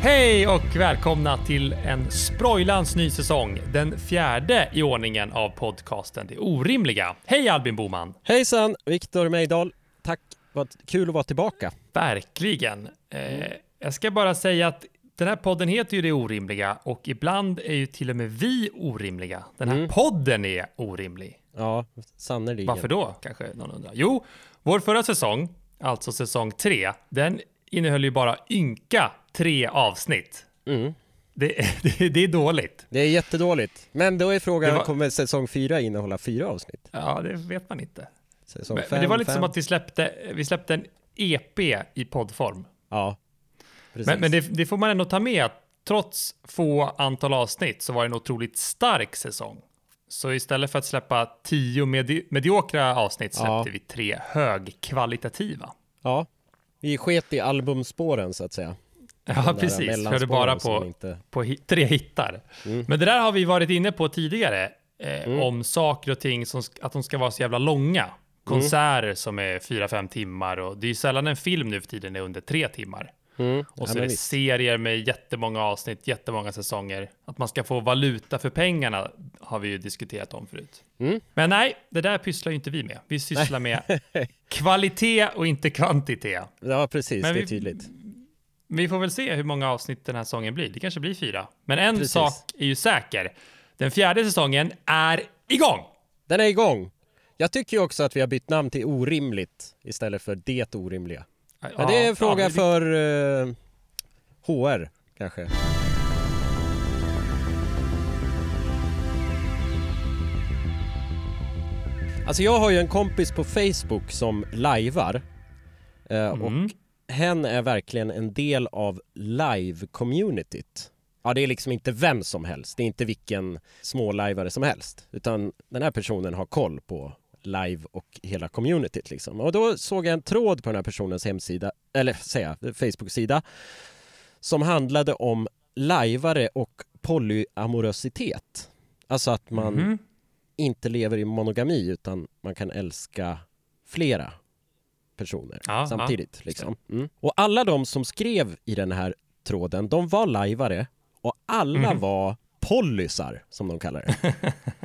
Hej och välkomna till en sprojlans ny säsong. Den 4:e i ordningen av podcasten Det Orimliga. Hej Albin Boman. Hejsan, Viktor Mejdal. Tack, vad kul att vara tillbaka. Verkligen. Jag ska bara säga att den här podden heter ju Det Orimliga och ibland är ju till och med vi orimliga. Den här podden är orimlig. Ja, sannolikt. Varför då? Kanske någon undrar. Jo, vår förra säsong, alltså säsong 3, den innehöll ju bara ynka 3 avsnitt. Det är dåligt. Det är jättedåligt. Men då är frågan, kommer säsong 4 innehålla 4 avsnitt? Ja, det vet man inte. Säsong Men 5, det var lite 5. som att vi släppte en EP i poddform. Ja, precis. Men det får man ändå ta med att trots få antal avsnitt så var det en otroligt stark säsong. Så istället för att släppa 10 mediokra avsnitt släppte vi 3 högkvalitativa. Ja, vi sket i albumspåren så att säga. Ja, precis. Hörde bara på 3 hittar. Men det där har vi varit inne på tidigare. Om saker och ting att de ska vara så jävla långa. Konserter som är 4-5 timmar. Och det är ju sällan en film nu för tiden är under 3 timmar. Och så är det serier med jättemånga avsnitt, jättemånga säsonger. Att man ska få valuta för pengarna har vi ju diskuterat om förut. Men nej, det där pysslar ju inte vi med. Vi sysslar med kvalitet och inte kvantitet. Ja, precis. Men det är tydligt. Vi får väl se hur många avsnitt den här säsongen blir. Det kanske blir 4. Men en sak är ju säker. Den 4:e säsongen är igång! Den är igång! Jag tycker ju också att vi har bytt namn till Orimligt istället för Det Orimliga. Ja, det är en fråga för HR kanske. Alltså jag har ju en kompis på Facebook som lajvar och hen är verkligen en del av live-communityt. Ja, det är liksom inte vem som helst. Det är inte vilken smålajvare som helst. Utan den här personen har koll på live och hela communityt liksom. Och då såg jag en tråd på den här personens hemsida, eller Facebook-sida, som handlade om lajvare och polyamorositet. Alltså att man inte lever i monogami utan man kan älska flera personer samtidigt. Liksom. Och alla de som skrev i den här tråden, de var lajvare och alla var polysar som de kallar det.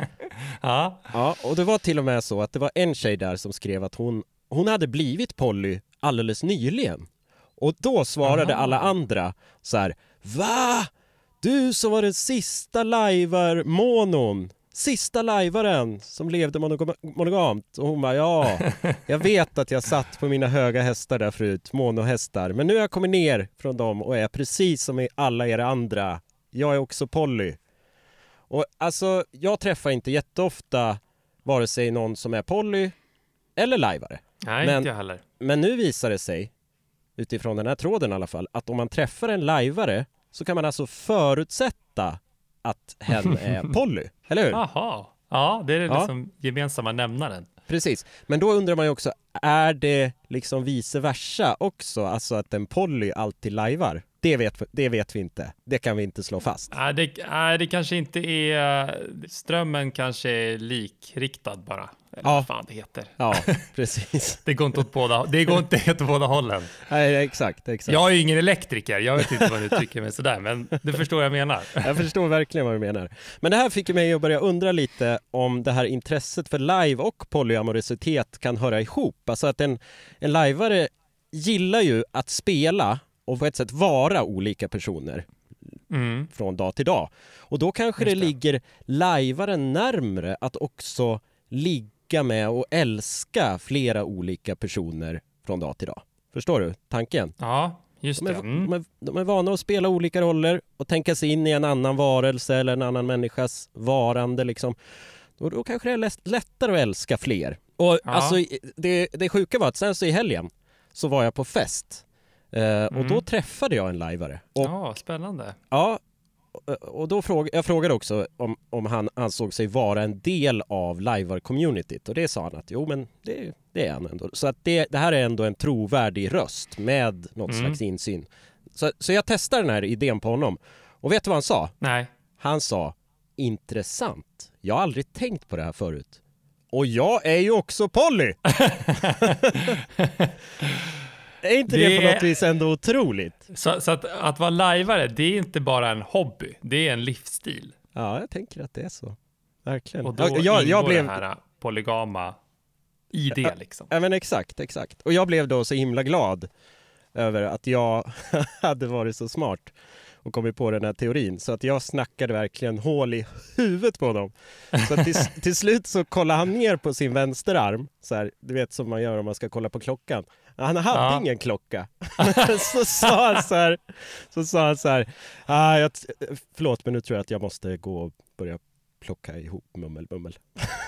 Ja, och det var till och med så att det var en tjej där som skrev att hon hade blivit poly alldeles nyligen. Och då svarade alla andra så här: va? Du som var den sista lajvar-monon. Sista lajvaren som levde monogamt. Och hon bara, ja, jag vet att jag satt på mina höga hästar där förut, monohästar. Men nu har jag kommit ner från dem och är precis som i alla era andra. Jag är också poly. Och alltså, jag träffar inte jätteofta vare sig någon som är poly eller lajvare. Nej, inte jag heller. Men nu visar det sig, utifrån den här tråden i alla fall, att om man träffar en lajvare så kan man alltså förutsätta att hen är poly, eller hur? Jaha, ja, det är det liksom gemensamma nämnaren. Precis, men då undrar man ju också, är det liksom vice versa också? Alltså att en poly alltid lajvar? Det vet vi inte. Det kan vi inte slå fast. Det kanske inte är... Strömmen kanske är likriktad bara. Eller vad fan det heter. Ja, precis. Det går inte åt båda hållen. Nej, exakt. Jag är ju ingen elektriker. Jag vet inte vad du tycker med sådär. Men du förstår vad jag menar. Jag förstår verkligen vad du menar. Men det här fick mig att börja undra lite om det här intresset för live och polyamorositet kan höra ihop. Alltså att en lajvare gillar ju att spela och på ett sätt vara olika personer från dag till dag. Och då kanske det ligger lajvaren närmre att också ligga med och älska flera olika personer från dag till dag. Förstår du tanken? Ja, just det. De är vana att spela olika roller och tänka sig in i en annan varelse eller en annan människas varande liksom. Då kanske det är lättare att älska fler. Och alltså det sjuka var att sen så i helgen så var jag på fest. Och då träffade jag en lajvare. Ja, spännande. Ja, och då frågade också om han ansåg sig vara en del av lajvar-communityt. Och det sa han att jo, men det är han ändå. Så att det här är ändå en trovärdig röst med något slags insyn. Så jag testade den här idén på honom. Och vet du vad han sa? Nej. Han sa, intressant. Jag har aldrig tänkt på det här förut. Och jag är ju också poly! Är inte det på något vis ändå otroligt? Så att vara lajvare, det är inte bara en hobby, det är en livsstil. Ja, jag tänker att det är så. Verkligen. Och då jag blev det här polygama i det liksom. Ja, men exakt. Och jag blev då så himla glad över att jag hade varit så smart och kommit på den här teorin. Så att jag snackade verkligen hål i huvudet på dem. Så att till slut så kollade han ner på sin vänsterarm. Så här, du vet som man gör om man ska kolla på klockan. Han hade ingen klocka. så sa han så här. Förlåt, men nu tror jag att jag måste gå och börja plocka ihop mummel.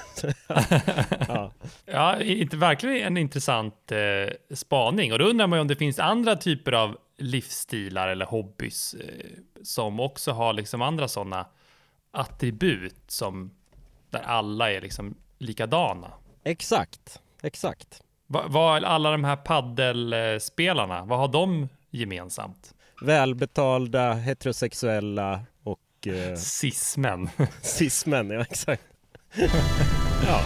Ja, inte verkligen en intressant spaning. Och då undrar man ju om det finns andra typer av livsstilar eller hobbys som också har liksom andra sådana attribut som där alla är liksom likadana. Exakt. Vad alla de här paddelspelarna, vad har de gemensamt? Välbetalda, heterosexuella och... Cismen. Cismen, ja exakt. Ja.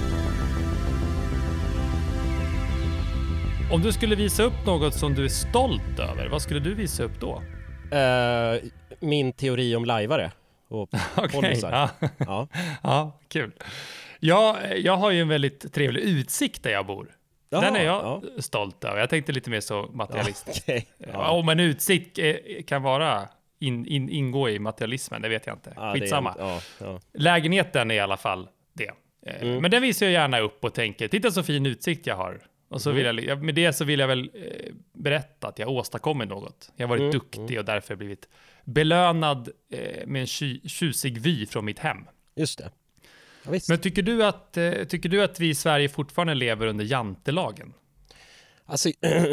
Om du skulle visa upp något som du är stolt över, vad skulle du visa upp då? Min teori om lajvare och polisar. Ja, kul. Jag har ju en väldigt trevlig utsikt där jag bor. Den är jag stolt över. Jag tänkte lite mer så materialistiskt. Om en utsikt kan vara ingå i materialismen, det vet jag inte. Skitsamma. Lägenheten är i alla fall det. Men den visar jag gärna upp och tänker, titta så fin utsikt jag har. Och så vill jag, med det så vill jag väl berätta att jag åstadkommer något. Jag har varit duktig och därför blivit belönad med en tjusig vy från mitt hem. Just det. Ja, visst. Men tycker du att vi i Sverige fortfarande lever under jantelagen? Alltså,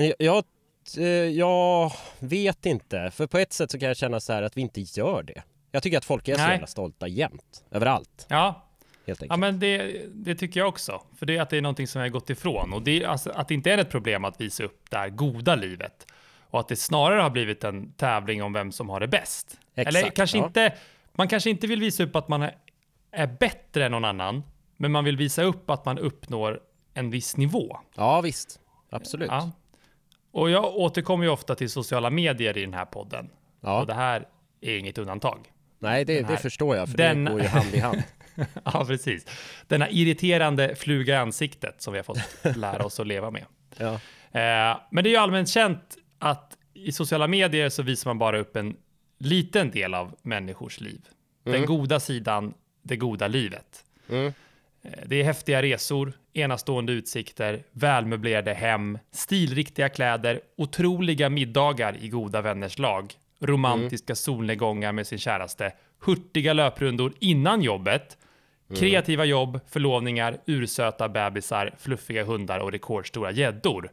jag vet inte. För på ett sätt så kan jag känna så här att vi inte gör det. Jag tycker att folk är så jävla stolta jämt. Överallt. Ja. Ja, men det tycker jag också. För det är att det är någonting som jag har gått ifrån. Och det är alltså att det inte är ett problem att visa upp det här goda livet. Och att det snarare har blivit en tävling om vem som har det bäst. Exakt, eller kanske inte, man kanske inte vill visa upp att man är bättre än någon annan. Men man vill visa upp att man uppnår en viss nivå. Ja, visst. Absolut. Ja. Och jag återkommer ju ofta till sociala medier i den här podden. Ja. Och det här är inget undantag. Nej, det förstår jag. För det går ju hand i hand. Ja, precis. Denna irriterande fluga i ansiktet som vi har fått lära oss att leva med. Ja. Men det är ju allmänt känt att i sociala medier så visar man bara upp en liten del av människors liv. Den goda sidan, det goda livet. Det är häftiga resor, enastående utsikter, välmöblerade hem, stilriktiga kläder, otroliga middagar i goda vänners lag, romantiska solnedgångar med sin käraste, hurtiga löprundor innan jobbet, kreativa jobb, förlovningar, ursöta bebisar, fluffiga hundar och rekordstora gäddor.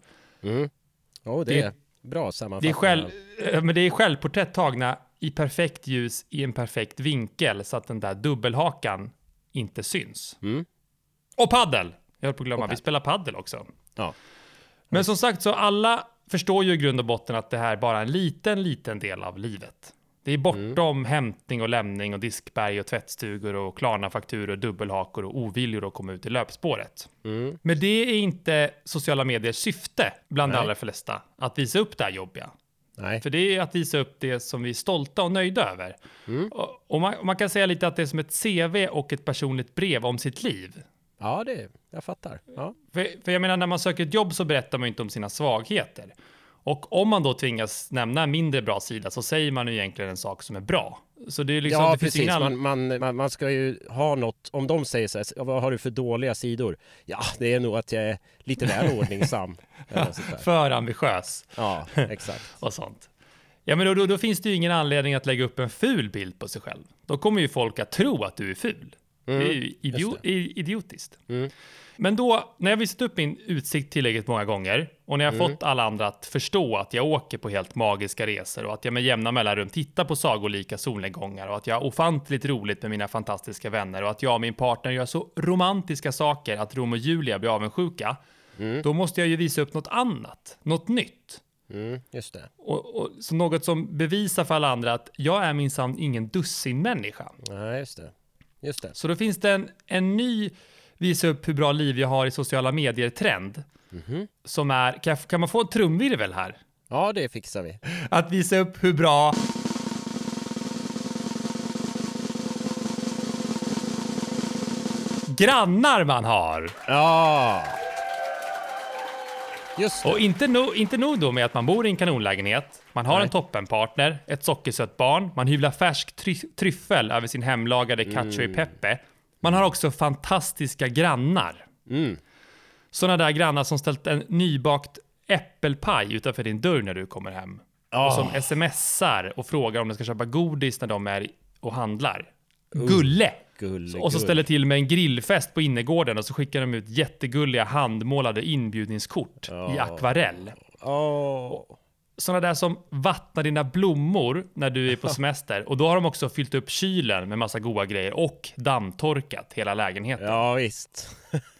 Det är bra sammanfattning. Men det är självporträtt tagna i perfekt ljus i en perfekt vinkel så att den där dubbelhakan inte syns. Och paddel! Jag höll på att glömma, vi spelar paddel också. Ja. Men som sagt så alla förstår ju i grund och botten att det här är bara en liten del av livet. Det är bortom hämtning och lämning och diskberg och tvättstugor och Klarna-fakturor, dubbelhakor och oviljor att komma ut i löpspåret. Men det är inte sociala mediers syfte bland de allra flesta att visa upp det här jobbiga. Nej. För det är att visa upp det som vi är stolta och nöjda över. Och man kan säga lite att det är som ett CV och ett personligt brev om sitt liv. Ja, jag fattar. Ja. För jag menar, när man söker ett jobb så berättar man inte om sina svagheter. Och om man då tvingas nämna en mindre bra sida så säger man ju egentligen en sak som är bra. Så det är liksom, ja, det precis. Man ska ju ha något, om de säger så här, vad har du för dåliga sidor? Ja, det är nog att jag är lite väl ordningsam. För ambitiös. Ja, exakt. Och sånt. Ja, men då finns det ju ingen anledning att lägga upp en ful bild på sig själv. Då kommer ju folk att tro att du är ful. Det är ju idiotiskt. Men då, när jag visat upp min utsikt tillräckligt många gånger och när jag fått alla andra att förstå att jag åker på helt magiska resor och att jag med jämna mellanrum tittar på sagolika solnedgångar och att jag har ofantligt roligt med mina fantastiska vänner och att jag och min partner gör så romantiska saker att Rom och Julia blir avundsjuka, då måste jag ju visa upp något annat, något nytt. Just det. Och så något som bevisar för alla andra att jag är minsann ingen dussinmänniska. Nej, just det. Så då finns det en ny visa upp hur bra liv jag har i sociala medier-trend. Som är, kan man få en trumvirvel här? Ja, det fixar vi. Att visa upp hur bra grannar man har. Ja. Just det. Och inte nog då med att man bor i en kanonlägenhet. Man har en toppenpartner, ett sockersött barn. Man hyvlar färsk tryffel över sin hemlagade cacio e pepe. Man har också fantastiska grannar. Sådana där grannar som ställt en nybakt äppelpaj utanför din dörr när du kommer hem. Och som smsar och frågar om de ska köpa godis när de är och handlar. Gulle! Och så ställer till med en grillfest på innergården och så skickar de ut jättegulliga handmålade inbjudningskort i akvarell. Sådana där som vattnar dina blommor när du är på semester. Och då har de också fyllt upp kylen med massa goda grejer och dammtorkat hela lägenheten. Ja, visst.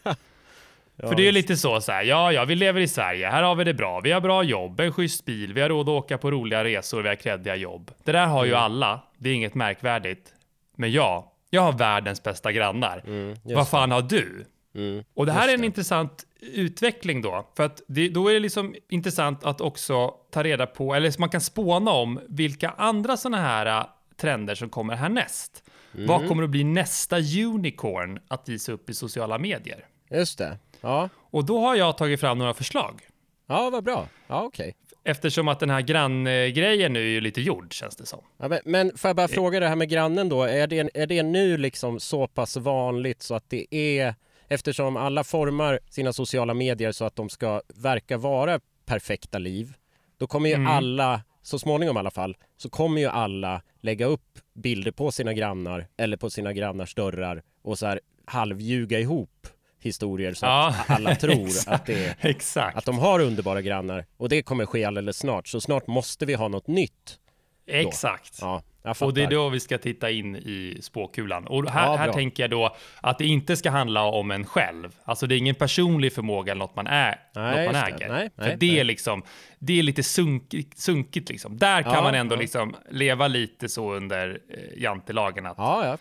För det är lite så här, vi lever i Sverige, här har vi det bra, vi har bra jobb, en schysst bil, vi har råd att åka på roliga resor, vi har kreddiga jobb. Det där har ju alla, det är inget märkvärdigt. Men jag har världens bästa grannar. Vad fan har du? Och det här är en intressant utveckling då. För att då är det liksom intressant att också ta reda på, eller man kan spåna om vilka andra sådana här trender som kommer härnäst. Vad kommer att bli nästa unicorn att visa upp i sociala medier? Just det, ja. Och då har jag tagit fram några förslag. Ja, vad bra. Ja, okej. Eftersom att den här granngrejen nu är ju lite gjord, känns det som. Ja, men får jag bara fråga det här med grannen då. Är det nu liksom så pass vanligt så att det är, eftersom alla formar sina sociala medier så att de ska verka vara perfekta liv, då kommer ju alla, så småningom i alla fall, så kommer ju alla lägga upp bilder på sina grannar eller på sina grannars dörrar och så här halvljuga ihop historier så att alla tror att det är, att de har underbara grannar, och det kommer ske alldeles snart, så snart måste vi ha något nytt då. Exakt. Ja, och det är då vi ska titta in i spåkulan. Och här tänker jag då att det inte ska handla om en själv. Alltså det är ingen personlig förmåga eller något man äger. Nej, för det är liksom, det är lite sunkigt liksom. Där kan man ändå liksom leva lite så under jantelagen att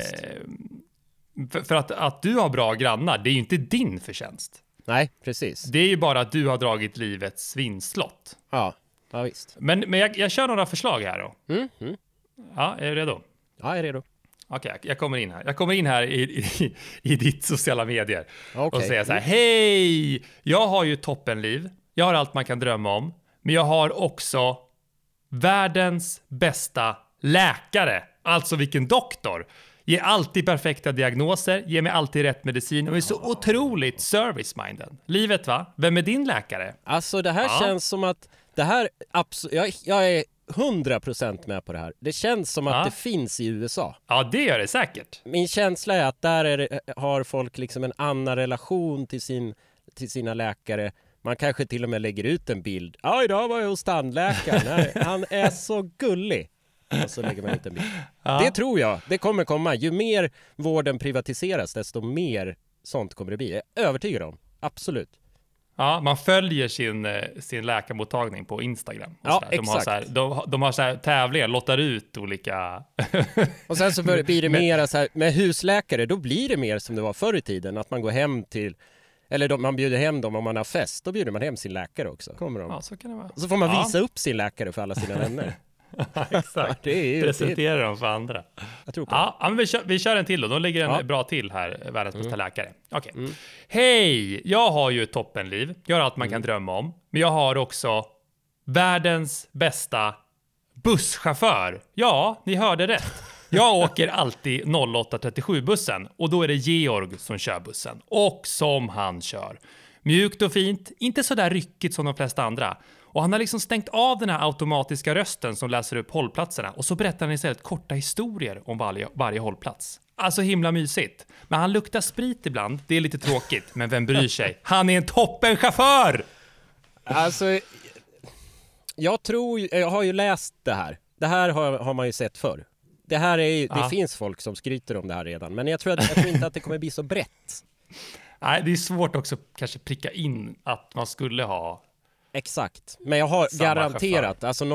för att du har bra grannar, det är ju inte din förtjänst. Nej, precis. Det är ju bara att du har dragit livets vinslott. Ja visst. Men jag kör några förslag här då. Ja, är du redo? Ja, jag är redo. Okej, jag kommer in här. Jag kommer in här i ditt sociala medier. Och säger så här, hej! Jag har ju toppenliv. Jag har allt man kan drömma om. Men jag har också världens bästa läkare. Alltså vilken doktor. Ger alltid perfekta diagnoser, ger mig alltid rätt medicin och är så otroligt service-minded. Livet, va? Vem är din läkare? Alltså det här känns som att det här jag är 100% med på det här. Det känns som att det finns i USA. Ja, det gör det säkert. Min känsla är att där har folk liksom en annan relation till sina läkare. Man kanske till och med lägger ut en bild. Ja, idag var jag hos tandläkaren. Han är så gullig. Och så lägger man ut en bild. Det tror jag, det kommer komma. Ju mer vården privatiseras, desto mer sånt kommer det bli. Jag är övertygad om. Absolut. Ja, man följer sin läkarmottagning på Instagram. Och exakt. De har så här tävlingar, lottar ut olika... Och sen så blir det mer så här, med husläkare, då blir det mer som det var förr i tiden. Att man går hem till, eller man bjuder hem dem om man har fest, då bjuder man hem sin läkare också. Kommer de. Ja, så kan det vara. Och så får man visa upp sin läkare för alla sina vänner. Exakt. Presentera dem för andra. Jag tror på men vi kör en till då. De ligger en bra till här, världens bästa läkare. Okej. Hej, jag har ju ett toppenliv. Jag har allt man kan drömma om. Men jag har också världens bästa busschaufför. Ja, ni hörde rätt. Jag åker alltid 0837-bussen och då är det Georg som kör bussen. Och som han kör. Mjukt och fint, inte så där ryckigt som de flesta andra. Och han har liksom stängt av den här automatiska rösten som läser upp hållplatserna. Och så berättar han istället korta historier om varje hållplats. Alltså himla mysigt. Men han luktar sprit ibland, det är lite tråkigt. Men vem bryr sig? Han är en toppenchaufför! Alltså, jag har ju läst det här. Det här har man ju sett förr. Det här är ju, det finns folk som skryter om det här redan. Men jag tror inte att det kommer bli så brett. Nej, det är svårt också kanske pricka in att man skulle ha... Exakt, men jag har garanterat chaufför. alltså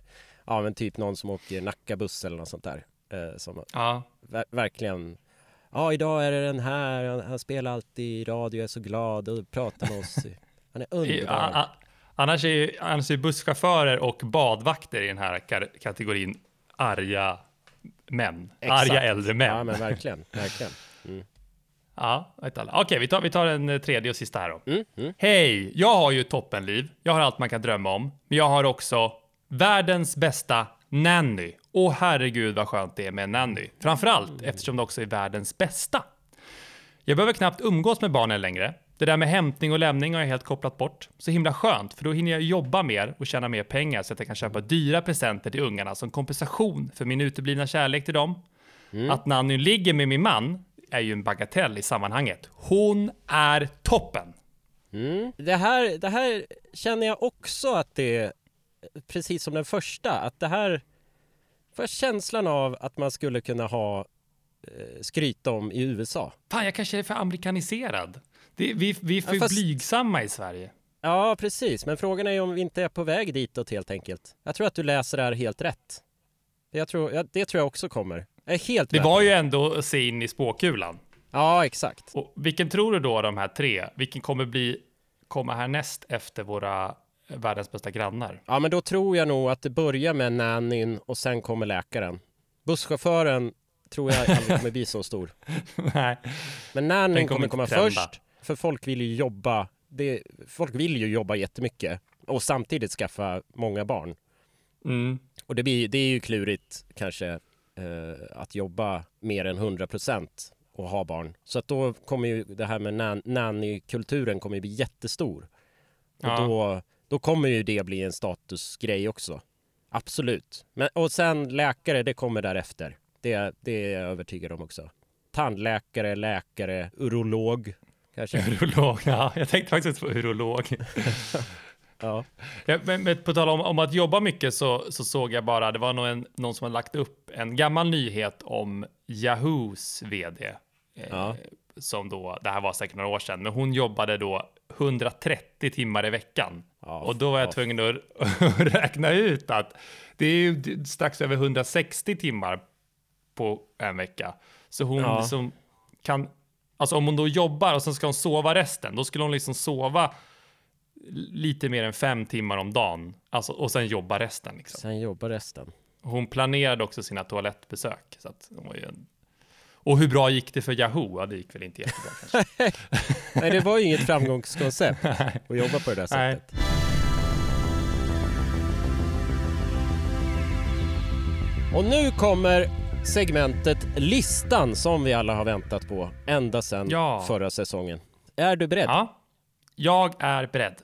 men typ någon som åker Nackabuss eller något sånt där som verkligen Ja, idag är det den här. Han spelar alltid i radio, jag är så glad och pratar med oss. Han är underbar. Annars är busschaufförer och badvakter i den här kategorin arga män. Exakt. Arga äldre män. Ja, men verkligen. Mm. Ja, okej, vi tar en tredje och sista här då. Hej, jag har ju ett toppenliv. Jag har allt man kan drömma om. Men jag har också världens bästa nanny. Åh herregud vad skönt det är med en nanny. Framförallt eftersom det också är världens bästa. Jag behöver knappt umgås med barnen längre. Det där med hämtning och lämning har jag helt kopplat bort. Så himla skönt, för då hinner jag jobba mer och tjäna mer pengar så att jag kan köpa dyra presenter till ungarna som kompensation för min uteblivna kärlek till dem. Att nannyn ligger med min man är ju en bagatell i sammanhanget. Hon är toppen! Det här känner jag också att det är precis som den första. Att det här får känslan av att man skulle kunna ha skryta om i USA. Fan, jag kanske är för amerikaniserad. Vi är för blygsamma i Sverige. Ja, precis. Men frågan är ju om vi inte är på väg ditåt helt enkelt. Jag tror att du läser det här helt rätt. Det tror jag också kommer. Jag är helt det var ju ändå att se in i spåkulan. Ja, exakt. Och vilken tror du då de här tre? Vilken kommer härnäst efter våra världens bästa grannar? Ja, men då tror jag nog att det börjar med nannyn och sen kommer läkaren. Busschauffören tror jag aldrig kommer bli så stor. Nej. Men nannyn kommer komma först. För folk vill ju jobba. Folk vill ju jobba jättemycket. Och samtidigt skaffa många barn. Och det är ju klurigt kanske att jobba mer än 100% och ha barn. Så att då kommer ju det här med nanny-kulturen kommer ju bli jättestor. Och då kommer ju det bli en statusgrej också. Absolut. Och sen läkare, det kommer därefter. Det är jag övertygad om också. Tandläkare, läkare, urolog kanske. Urolog, ja. Jag tänkte faktiskt på urolog. Ja. Men på tal om att jobba mycket så såg jag bara, det var någon som hade lagt upp en gammal nyhet om Yahoos vd. Som då, det här var säkert några år sedan, men hon jobbade då 130 timmar i veckan. Och då var jag tvungen att räkna ut att det är ju strax över 160 timmar på en vecka. Så hon liksom kan, alltså om hon då jobbar och sen ska hon sova resten, då skulle hon liksom sova lite mer än 5 timmar om dagen. Alltså, och sen jobba resten. Liksom. Sen jobba resten. Hon planerade också sina toalettbesök. Så att hon var ju Och hur bra gick det för Yahoo? Ja, det gick väl inte jättebra kanske. Nej, det var ju inget framgångskoncept att jobba på det där sättet. Och nu kommer segmentet listan som vi alla har väntat på ända sedan förra säsongen. Är du beredd? Ja, jag är beredd.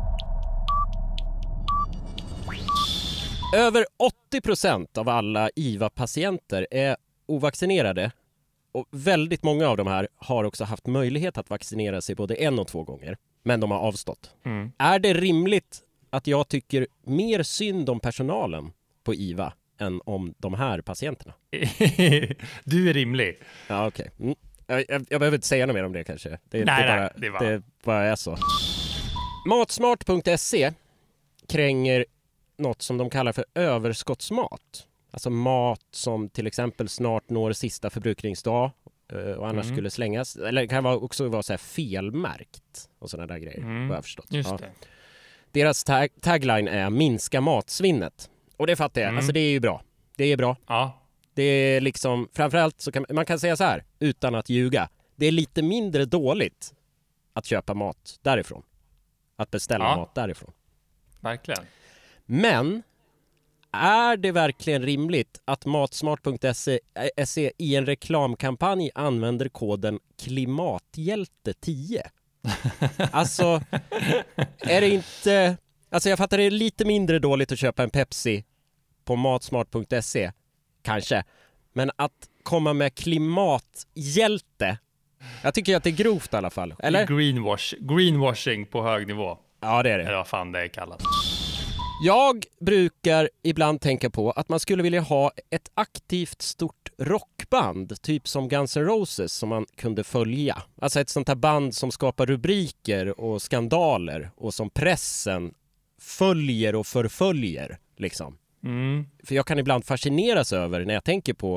Över 80% av alla IVA-patienter är ovaccinerade. Och väldigt många av de här har också haft möjlighet att vaccinera sig både 1 och 2 gånger. Men de har avstått. Är det rimligt att jag tycker mer synd om personalen på IVA än om de här patienterna? Du är rimlig. Ja, okej. Jag behöver inte säga något mer om det kanske. Det bara är så. Matsmart.se kränger något som de kallar för överskottsmat. Alltså mat som till exempel snart når sista förbrukningsdag och annars skulle slängas. Eller det kan också vara så här felmärkt och sådana där grejer, vad jag förstått. Just det. Deras tagline är minska matsvinnet. Och det fattar jag. Alltså det är ju bra. Det är bra. Ja. Det är liksom, framförallt så kan man kan säga så här, utan att ljuga. Det är lite mindre dåligt att köpa mat därifrån. Att beställa mat därifrån. Verkligen. Men är det verkligen rimligt att Matsmart.se i en reklamkampanj använder koden klimathjälte10? Alltså, är det inte... Alltså jag fattar det är lite mindre dåligt att köpa en Pepsi på Matsmart.se, kanske. Men att komma med klimathjälte, jag tycker att det är grovt i alla fall. Eller? Greenwashing på hög nivå. Ja, det är det. Eller vad fan det är kallat. Jag brukar ibland tänka på att man skulle vilja ha ett aktivt stort rockband, typ som Guns N' Roses, som man kunde följa. Alltså ett sånt här band som skapar rubriker och skandaler och som pressen följer och förföljer liksom. För jag kan ibland fascineras över när jag tänker på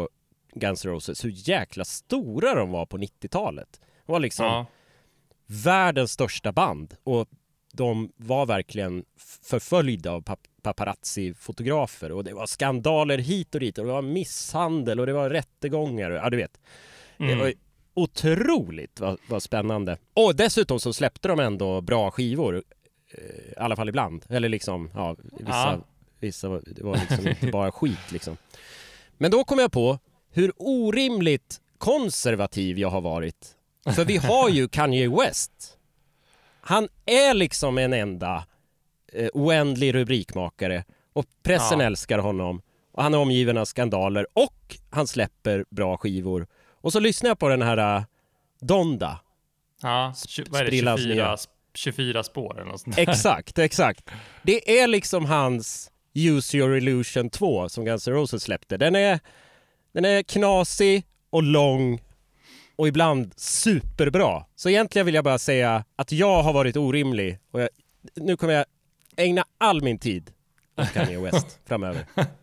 Guns N' Roses hur jäkla stora de var på 90-talet. De var liksom världens största band och de var verkligen förföljda av paparazzi-fotografer och det var skandaler hit och dit och det var misshandel och det var rättegångar. Ja, du vet. Det var otroligt vad spännande. Och dessutom så släppte de ändå bra skivor. I alla fall ibland. Eller liksom, vissa det var liksom inte bara skit liksom. Men då kom jag på hur orimligt konservativ jag har varit. För vi har ju Kanye West. Han är liksom en enda oändlig rubrikmakare. Och pressen älskar honom. Och han är omgiven av skandaler. Och han släpper bra skivor. Och så lyssnar jag på den här Donda. Ja, vad är det? 24 spår eller något sånt där. Exakt. Det är liksom hans Use Your Illusion 2 som Guns N' Roses släppte. Den är knasig och lång och ibland superbra. Så egentligen vill jag bara säga att jag har varit orimlig och nu kommer jag ägna all min tid åt Kanye West framöver.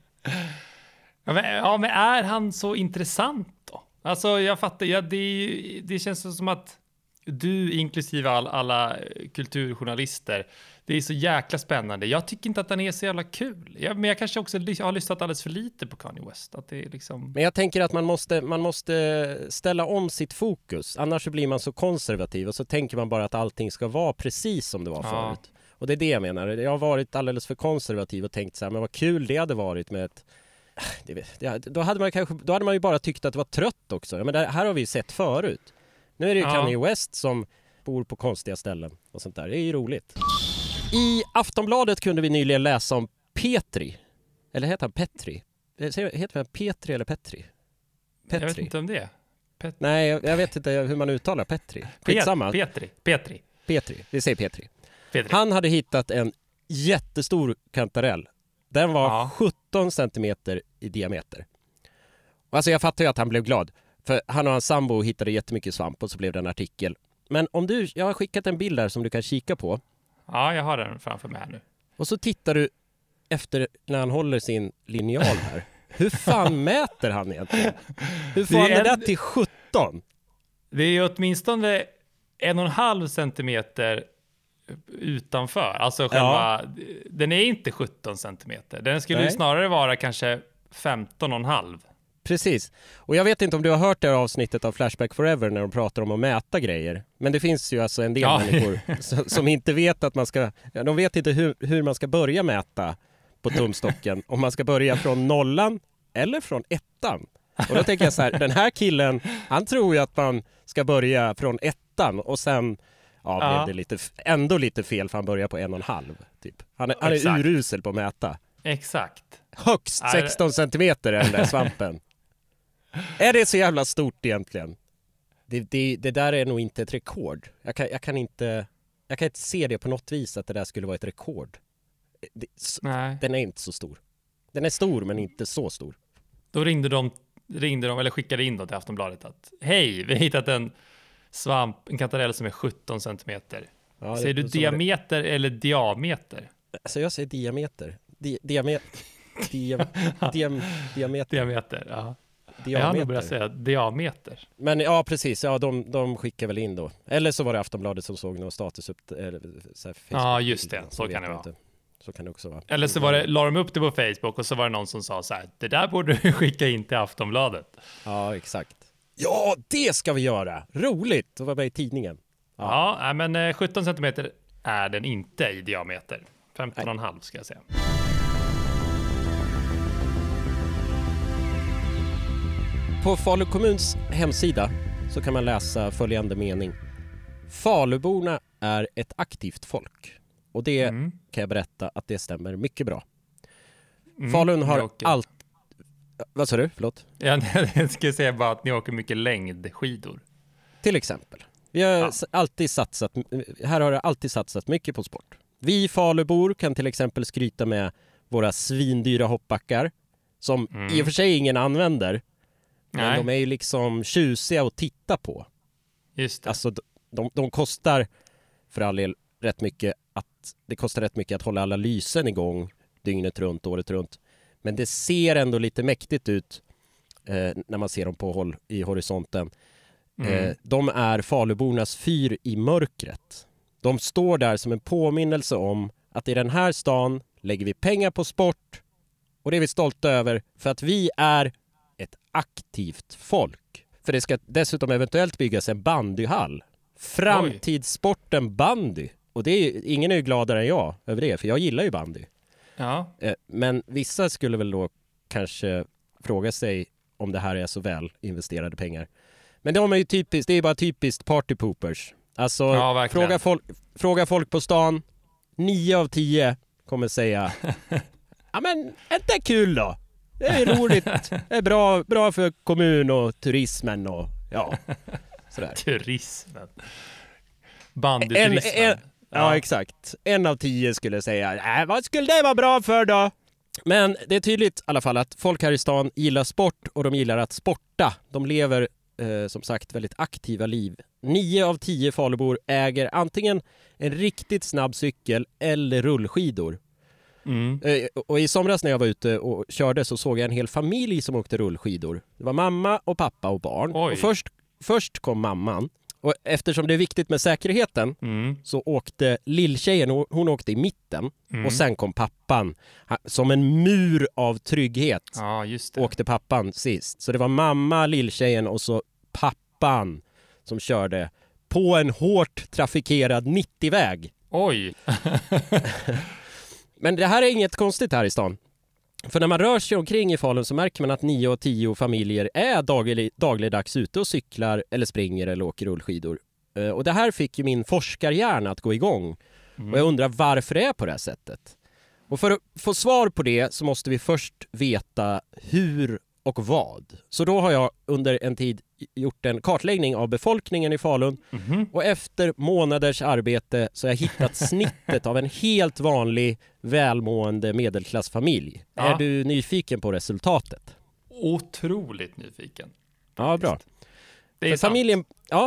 Men är han så intressant då? Alltså jag fattar, det känns som att du inklusive alla kulturjournalister, det är så jäkla spännande. Jag tycker inte att han är så jävla kul. Men jag kanske också har lyssnat alldeles för lite på Kanye West. Att det är liksom... Men jag tänker att man måste ställa om sitt fokus. Annars så blir man så konservativ och så tänker man bara att allting ska vara precis som det var förut. Och det är det jag menar. Jag har varit alldeles för konservativ och tänkt så här, men vad kul det hade varit med ett... Då hade man ju bara tyckt att det var trött också. Men det här har vi ju sett förut. Nu är det ju Kanye West som bor på konstiga ställen och sånt där. Det är ju roligt. I Aftonbladet kunde vi nyligen läsa om Petri. Eller heter han Petri? Heter han Petri eller Petri? Jag vet inte om det är. Nej, jag vet inte hur man uttalar Petri. Skitsamma. Petri. Vi säger Petri. Han hade hittat en jättestor kantarell. Den var 17 centimeter i diameter. Alltså jag fattar ju att han blev glad. För han och hans sambo hittade jättemycket svamp och så blev det en artikel. Men jag har skickat en bild där som du kan kika på. Ja, jag har den framför mig här nu. Och så tittar du efter när han håller sin linjal här. Hur fan mäter han egentligen? Hur får han det där till 17? Det är åtminstone 1,5 centimeter utanför. Alltså den är inte 17 centimeter. Den skulle ju snarare vara kanske 15,5. Precis. Och jag vet inte om du har hört det här avsnittet av Flashback Forever när de pratar om att mäta grejer. Men det finns ju alltså en del människor som inte vet att man ska... De vet inte hur man ska börja mäta på tumstocken. Om man ska börja från nollan eller från ettan. Och då tänker jag så här, den här killen, han tror ju att man ska börja från ettan och sen blev det ändå lite fel för han börjar på 1,5 typ. Han är urusel på att mäta. Exakt. Högst 16 centimeter är den där svampen. Är det så jävla stort egentligen? Det där är nog inte ett rekord. Jag kan inte se det på något vis att det där skulle vara ett rekord. Den är inte så stor. Den är stor men inte så stor. Då ringde de eller skickade in då till Aftonbladet att hej, vi har hittat en kantarell som är 17 centimeter. Ja, säger du diameter eller diameter? Alltså jag säger diameter. Diameter, ja. Jag hade börjat säga diameter. Men ja, precis. Ja, de skickar väl in då. Eller så var det Aftonbladet som såg någon status upp. Ja, just det. Så kan det vara. Så kan det också vara. Eller så la de upp det på Facebook och så var det någon som sa så här: det där borde du skicka in till Aftonbladet. Ja, exakt. Ja, det ska vi göra. Roligt att vara med i tidningen. Ja, men 17 centimeter är den inte i diameter. 15,5 ska jag säga. På Falu kommuns hemsida så kan man läsa följande mening. Faluborna är ett aktivt folk. Och det kan jag berätta att det stämmer mycket bra. Falun har allt... Vad sa du? Förlåt? Jag ska säga bara att ni åker mycket längdskidor. Till exempel. Vi har alltid satsat... Här har det alltid satsat mycket på sport. Vi Falubor kan till exempel skryta med våra svindyra hoppbackar. Som i och för sig ingen använder. Men de är ju liksom tjusiga att titta på. Just det. Alltså de kostar för all del rätt mycket att hålla alla lysen igång dygnet runt, året runt. Men det ser ändå lite mäktigt ut när man ser dem på håll i horisonten. De är Falubornas fyr i mörkret. De står där som en påminnelse om att i den här stan lägger vi pengar på sport, och det är vi stolta över för att vi är ett aktivt folk. För det ska dessutom eventuellt byggas en bandyhall. Framtidssporten bandy. Och det är, ingen är ju gladare än jag över det, för jag gillar ju bandy. Ja. Men vissa skulle väl då kanske fråga sig om det här är så väl investerade pengar. Men de är ju typiskt, det är bara typiskt party poopers. Alltså, fråga folk på stan, 9 av 10 kommer säga ja men, är det kul då? Det är roligt, det är bra för kommun och turismen och ja, sådär. Turismen. Bandyturismen. Ja, exakt. 1 av 10 skulle säga, vad skulle det vara bra för då? Men det är tydligt i alla fall att folk här i stan gillar sport, och de gillar att sporta. De lever som sagt väldigt aktiva liv. 9 av 10 Falubor äger antingen en riktigt snabb cykel eller rullskidor. Och i somras när jag var ute och körde så såg jag en hel familj som åkte rullskidor. Det var mamma och pappa och barn. Och först kom mamman. Och eftersom det är viktigt med säkerheten så åkte lilltjejen, hon åkte i mitten. Och sen kom pappan. Som en mur av trygghet åkte pappan sist. Så det var mamma, lilltjejen och så pappan som körde på en hårt trafikerad 90-väg. Oj! Men det här är inget konstigt här i stan. För när man rör sig omkring i Falun så märker man att 9 av 10 familjer är dagligdags ute och cyklar eller springer eller åker rullskidor. Och det här fick ju min forskarhjärna att gå igång. Och jag undrar varför det är på det här sättet. Och för att få svar på det så måste vi först veta hur och vad. Så då har jag under en tid gjort en kartläggning av befolkningen i Falun. Och efter månaders arbete så har jag hittat snittet av en helt vanlig välmående medelklassfamilj. Ja. Är du nyfiken på resultatet? Otroligt nyfiken. Ja, bra. Det är familjen. Ja,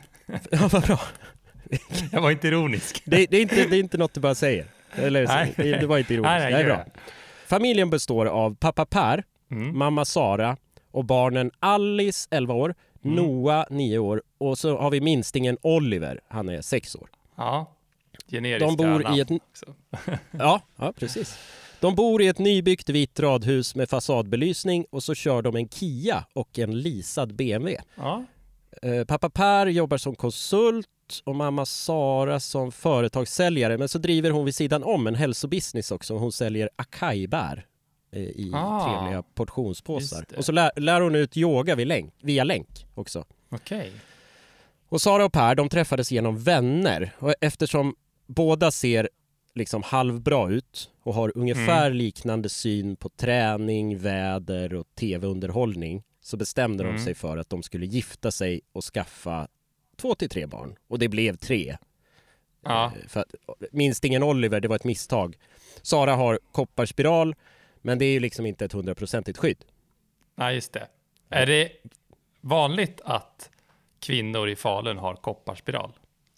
vad bra. Jag var inte ironisk. Det är inte något du bara säger. Eller, det var inte ironiskt. Nej, det är bra. Familjen består av pappa Per, mamma Sara och barnen Alice, 11 år, Noah, 9 år, och så har vi minstingen Oliver, han är 6 år. Ja, generiska de bor i ett ja, precis. De bor i ett nybyggt vitt radhus med fasadbelysning, och så kör de en Kia och en leasad BMW. Ja. Pappa Per jobbar som konsult och mamma Sara som företagssäljare, men så driver hon vid sidan om en hälsobusiness också. Hon säljer acai-bär i trevliga portionspåsar. Och så lär hon ut yoga via länk också. Okej. Och Sara och Per, de träffades genom vänner. Och eftersom båda ser liksom halvbra ut och har ungefär liknande syn på träning, väder och tv-underhållning, så bestämde de sig för att de skulle gifta sig och skaffa 2 till 3 barn. Och det blev 3. Ja. För att, minstingen Oliver, det var ett misstag. Sara har kopparspiral, men det är ju liksom inte ett 100% skydd. Nej, just det. Är det vanligt att kvinnor i Falun har kopparspiral?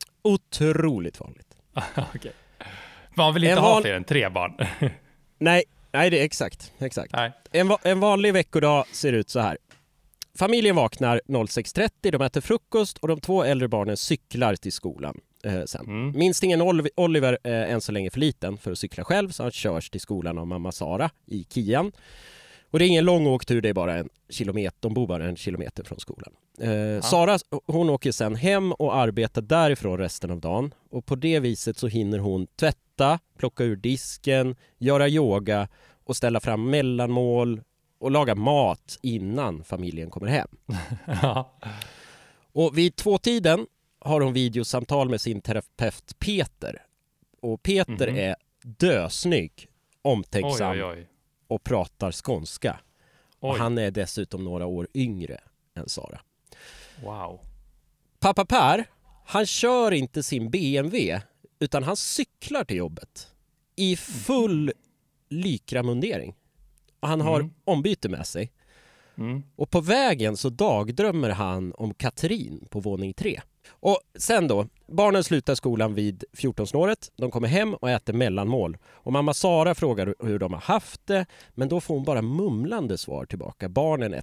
Otroligt vanligt. Okej. Man vill inte ha fler än 3 barn. Nej, det är exakt. Nej. En vanlig veckodag ser ut så här. Familjen vaknar 06.30, de äter frukost och de 2 äldre barnen cyklar till skolan sen. Minstingen Oliver är än så länge för liten för att cykla själv, så han körs till skolan av mamma Sara i Kian. Och det är ingen lång åktur, det är bara 1 kilometer. De bor bara 1 kilometer från skolan. Sara, hon åker sen hem och arbetar därifrån resten av dagen. Och på det viset så hinner hon tvätta, plocka ur disken, göra yoga och ställa fram mellanmål och laga mat innan familjen kommer hem. Ja. Och vid 2-tiden har hon videosamtal med sin terapeut Peter. Och Peter är dösnygg, omtänksam och pratar skånska. Och han är dessutom några år yngre än Sara. Wow. Pappa Per, han kör inte sin BMW utan han cyklar till jobbet i full lykramundering. Och han har ombyte med sig. Och på vägen så dagdrömmer han om Katrin på våning 3. Och sen då, barnen slutar skolan vid 14-snåret. De kommer hem och äter mellanmål. Och mamma Sara frågar hur de har haft det. Men då får hon bara mumlande svar tillbaka. Barnen är trötta.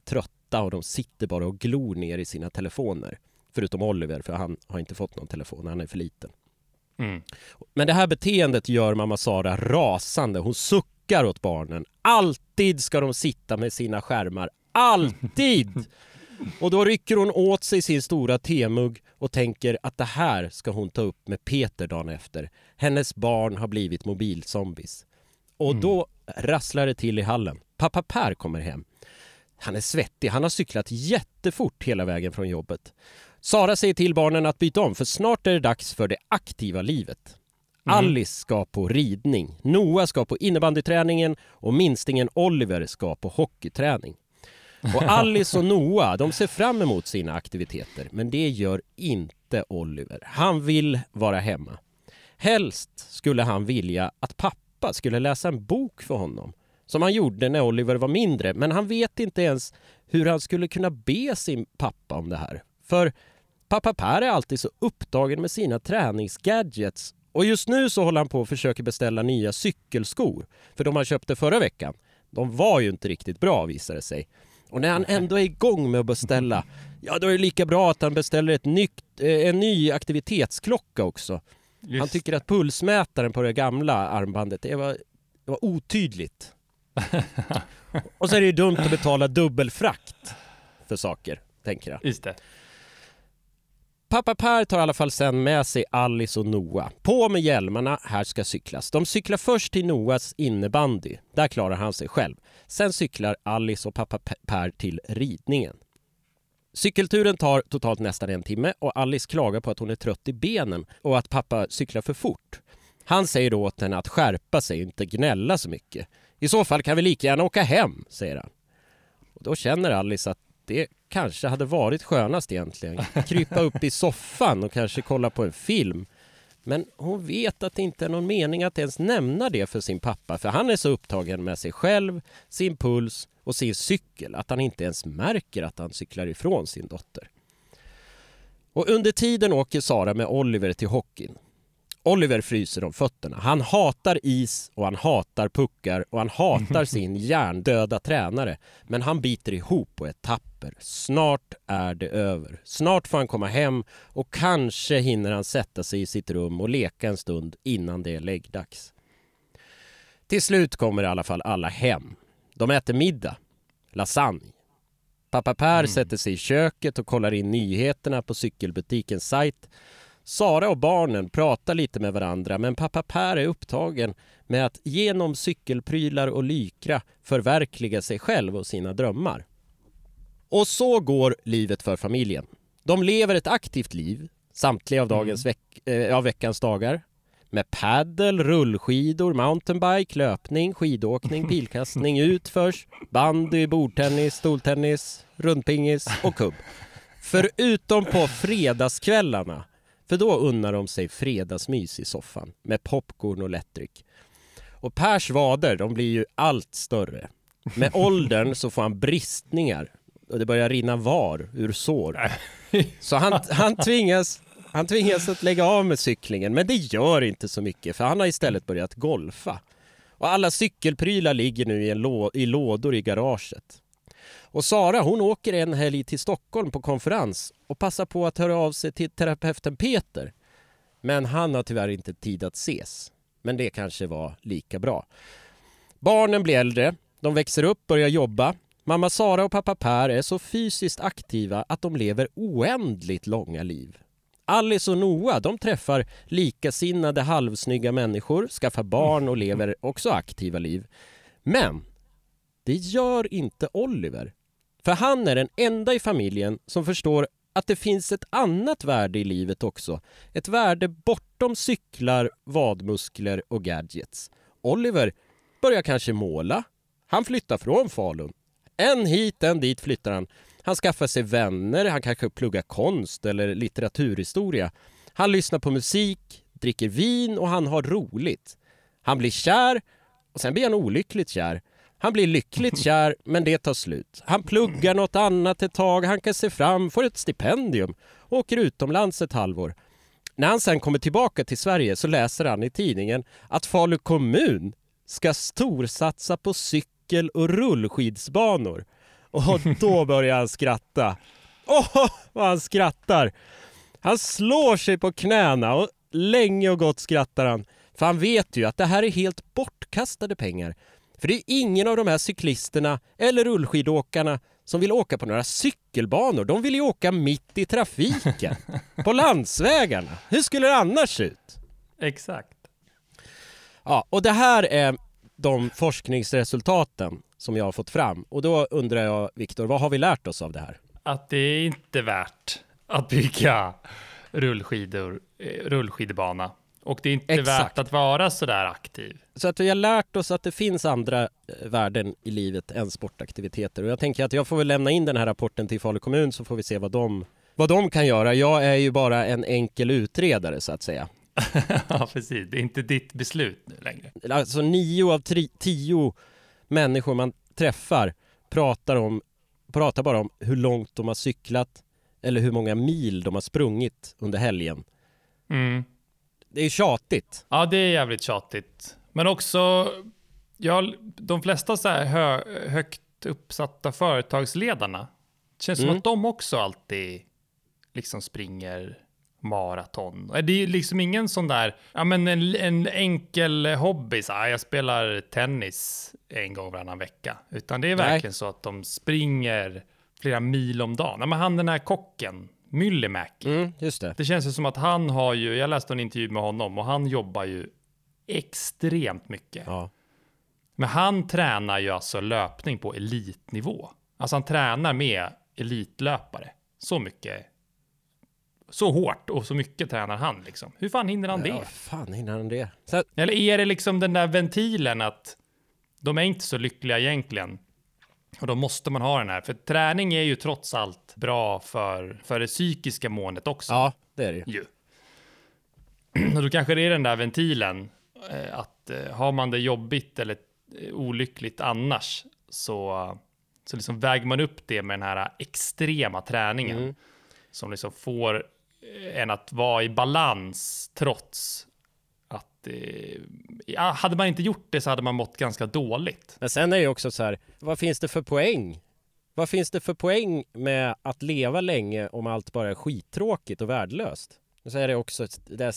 8 och de sitter bara och glor ner i sina telefoner. Förutom Oliver, för han har inte fått någon telefon, han är för liten. Men det här beteendet gör mamma Sara rasande. Hon suckar åt barnen. Alltid ska de sitta med sina skärmar. Alltid! Och då rycker hon åt sig sin stora temugg och tänker att det här ska hon ta upp med Peter dagen efter. Hennes barn har blivit mobilzombies. Och då rasslar det till i hallen. Pappa Per kommer hem. Han är svettig, han har cyklat jättefort hela vägen från jobbet. Sara säger till barnen att byta om, för snart är det dags för det aktiva livet. Alice ska på ridning, Noah ska på innebandyträningen och minstingen Oliver ska på hockeyträning. Och Alice och Noah, de ser fram emot sina aktiviteter, men det gör inte Oliver. Han vill vara hemma. Helst skulle han vilja att pappa skulle läsa en bok för honom, som han gjorde när Oliver var mindre, men han vet inte ens hur han skulle kunna be sin pappa om det här. För pappa Per är alltid så upptagen med sina träningsgadgets, och just nu så håller han på att försöka beställa nya cykelskor, för de han köpte förra veckan, de var ju inte riktigt bra visade det sig. Och när han ändå är igång med att beställa, ja då är det lika bra att han beställer en ny aktivitetsklocka också. Just. Han tycker att pulsmätaren på det gamla armbandet det var otydligt. Och så är det ju dumt att betala dubbelfrakt för saker, tänker jag. Just det. Pappa Per tar i alla fall sen med sig Alice och Noah. På med hjälmarna, här ska cyklas. De cyklar först till Noahs innebandy. Där klarar han sig själv. Sen cyklar Alice och pappa Per till ridningen. Cykelturen tar totalt nästan 1 timme och Alice klagar på att hon är trött i benen och att pappa cyklar för fort. Han säger då åt henne att skärpa sig och inte gnälla så mycket. I så fall kan vi lika gärna åka hem, säger han. Och då känner Alice att det kanske hade varit skönast egentligen. Krypa upp i soffan och kanske kolla på en film. Men hon vet att det inte är någon mening att ens nämna det för sin pappa. För han är så upptagen med sig själv, sin puls och sin cykel att han inte ens märker att han cyklar ifrån sin dotter. Och under tiden åker Sara med Oliver till hockeyn. Oliver fryser om fötterna. Han hatar is och han hatar puckar och han hatar sin hjärndöda tränare. Men han biter ihop och är tapper. Snart är det över. Snart får han komma hem och kanske hinner han sätta sig i sitt rum och leka en stund innan det är läggdags. Till slut kommer i alla fall alla hem. De äter middag. Lasagne. Pappa Per sätter sig i köket och kollar in nyheterna på cykelbutikens sajt. Sara och barnen pratar lite med varandra, men pappa Per är upptagen med att genom cykelprylar och lykra förverkliga sig själv och sina drömmar. Och så går livet för familjen. De lever ett aktivt liv, samtliga av veckans dagar. Med paddel, rullskidor, mountainbike, löpning, skidåkning, pilkastning, utförs, bandy, bordtennis, stoltennis, rundpingis och kubb. Förutom på fredagskvällarna. För då unnar de sig fredagsmys i soffan med popcorn och lättdryck. Och Pers vader, de blir ju allt större. Med åldern så får han bristningar och det börjar rinna var ur sår. Så han tvingas att lägga av med cyklingen, men det gör inte så mycket för han har istället börjat golfa. Och alla cykelprylar ligger nu i lådor i garaget. Och Sara, hon åker en helg till Stockholm på konferens och passar på att höra av sig till terapeuten Peter. Men han har tyvärr inte tid att ses. Men det kanske var lika bra. Barnen blir äldre, de växer upp, börjar jobba. Mamma Sara och pappa Per är så fysiskt aktiva att de lever oändligt långa liv. Alice och Noah, de träffar likasinnade halvsnygga människor, skaffar barn och lever också aktiva liv. Men det gör inte Oliver. För han är den enda i familjen som förstår att det finns ett annat värde i livet också. Ett värde bortom cyklar, vadmuskler och gadgets. Oliver börjar kanske måla. Han flyttar från Falun. En hit, en dit flyttar han. Han skaffar sig vänner, han kanske pluggar konst eller litteraturhistoria. Han lyssnar på musik, dricker vin och han har roligt. Han blir kär och sen blir han olyckligt kär. Han blir lyckligt kär, men det tar slut. Han pluggar något annat ett tag, han kan se fram, får ett stipendium och åker utomlands ett halvår. När han sen kommer tillbaka till Sverige så läser han i tidningen att Falu kommun ska storsatsa på cykel- och rullskidsbanor. Och då börjar han skratta. Vad han skrattar. Han slår sig på knäna och länge och gott skrattar han. För han vet ju att det här är helt bortkastade pengar. För det är ingen av de här cyklisterna eller rullskidåkarna som vill åka på några cykelbanor. De vill ju åka mitt i trafiken. På landsvägarna. Hur skulle det annars se ut? Exakt. Ja, och det här är de forskningsresultaten som jag har fått fram. Och då undrar jag, Viktor, vad har vi lärt oss av det här? Att det är inte värt att bygga rullskidbana. Och det är inte värt att vara så där aktiv. Så att vi har lärt oss att det finns andra värden i livet än sportaktiviteter. Och jag tänker att jag får väl lämna in den här rapporten till Falu kommun så får vi se vad de kan göra. Jag är ju bara en enkel utredare så att säga. Ja, precis. Det är inte ditt beslut nu längre. Alltså 9 av 10 människor man träffar pratar bara om hur långt de har cyklat eller hur många mil de har sprungit under helgen. Mm. Det är tjatigt. Ja, det är jävligt tjatigt. Men också, de flesta så här högt uppsatta företagsledarna känns som att de också alltid liksom springer maraton. Det är liksom ingen sån där, ja men en enkel hobby, så här, jag spelar tennis en gång varannan vecka. Utan det är verkligen så att de springer flera mil om dagen. Ja, men han den här kocken, Myllymäki. Just det. Det känns ju som att han har ju, jag läste en intervju med honom och han jobbar ju extremt mycket. Ja. Men han tränar ju alltså löpning på elitnivå. Alltså han tränar med elitlöpare. Så mycket. Så hårt och så mycket tränar han liksom. Hur fan hinner han det? Ja, fan hinner han det? Eller är det liksom den där ventilen att de är inte så lyckliga egentligen. Och då måste man ha den här. För träning är ju trots allt bra för det psykiska måendet också. Ja, det är det ju. Och då kanske det är den där ventilen. Att har man det jobbigt eller olyckligt annars så liksom väger man upp det med den här extrema träningen. Som liksom får en att vara i balans trots att hade man inte gjort det så hade man mått ganska dåligt. Men sen är det ju också så här, vad finns det för poäng? Vad finns det för poäng med att leva länge om allt bara är skittråkigt och värdelöst? Och så är det också det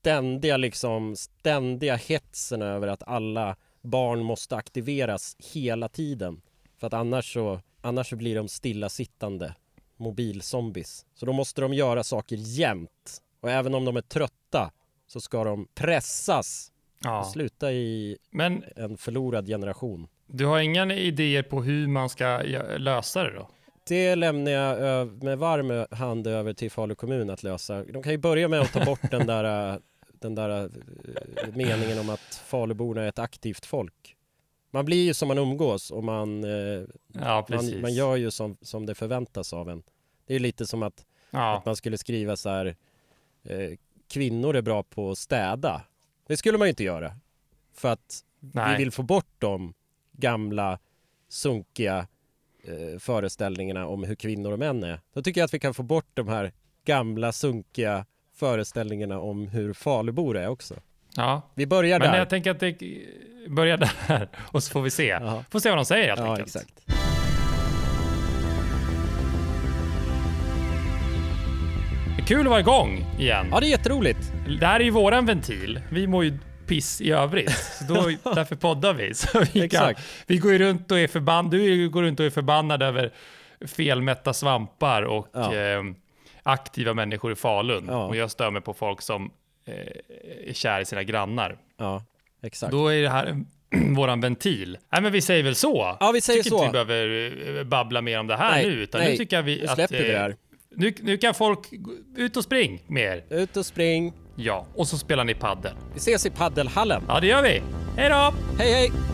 ständiga hetsen över att alla barn måste aktiveras hela tiden. För att annars så blir de stillasittande mobilzombies. Så då måste de göra saker jämt. Och även om de är trötta så ska de pressas. Ja. Sluta i en förlorad generation. Du har inga idéer på hur man ska lösa det då? Det lämnar jag med varm hand över till Falu kommun att lösa. De kan ju börja med att ta bort den där meningen om att faluborna är ett aktivt folk. Man blir ju som man umgås och man gör ju som det förväntas av en. Det är lite som att man skulle skriva så här, kvinnor är bra på att städa. Det skulle man ju inte göra. För att vi vill få bort de gamla sunkiga föreställningarna om hur kvinnor och män är. Då tycker jag att vi kan få bort de här gamla sunkiga föreställningarna om hur falubor är också. Ja. Vi börjar där. Men jag tänker att det börjar där och så får vi se. Aha. Får se vad de säger helt enkelt. Exakt. Det är kul att vara igång igen. Ja, det är jätteroligt. Det här är ju våran ventil. Vi mår ju piss i övrigt. Så därför poddar vi. Så vi går ju runt och är förbannade. Du går runt och är förbannad över felmätta svampar och aktiva människor i Falun. Ja. Och jag stör mig på folk som är kär i sina grannar. Ja, exakt. Då är det här våran ventil. Nej, men vi säger väl så. Ja, vi säger så. Inte vi behöver babbla mer om det här nu. Utan nu tycker jag vi släpper det här. Nu kan folk ut och spring mer. Ut och spring. Ja, och så spelar ni paddel. Vi ses i paddelhallen. Ja, det gör vi. Hej då! Hej, hej!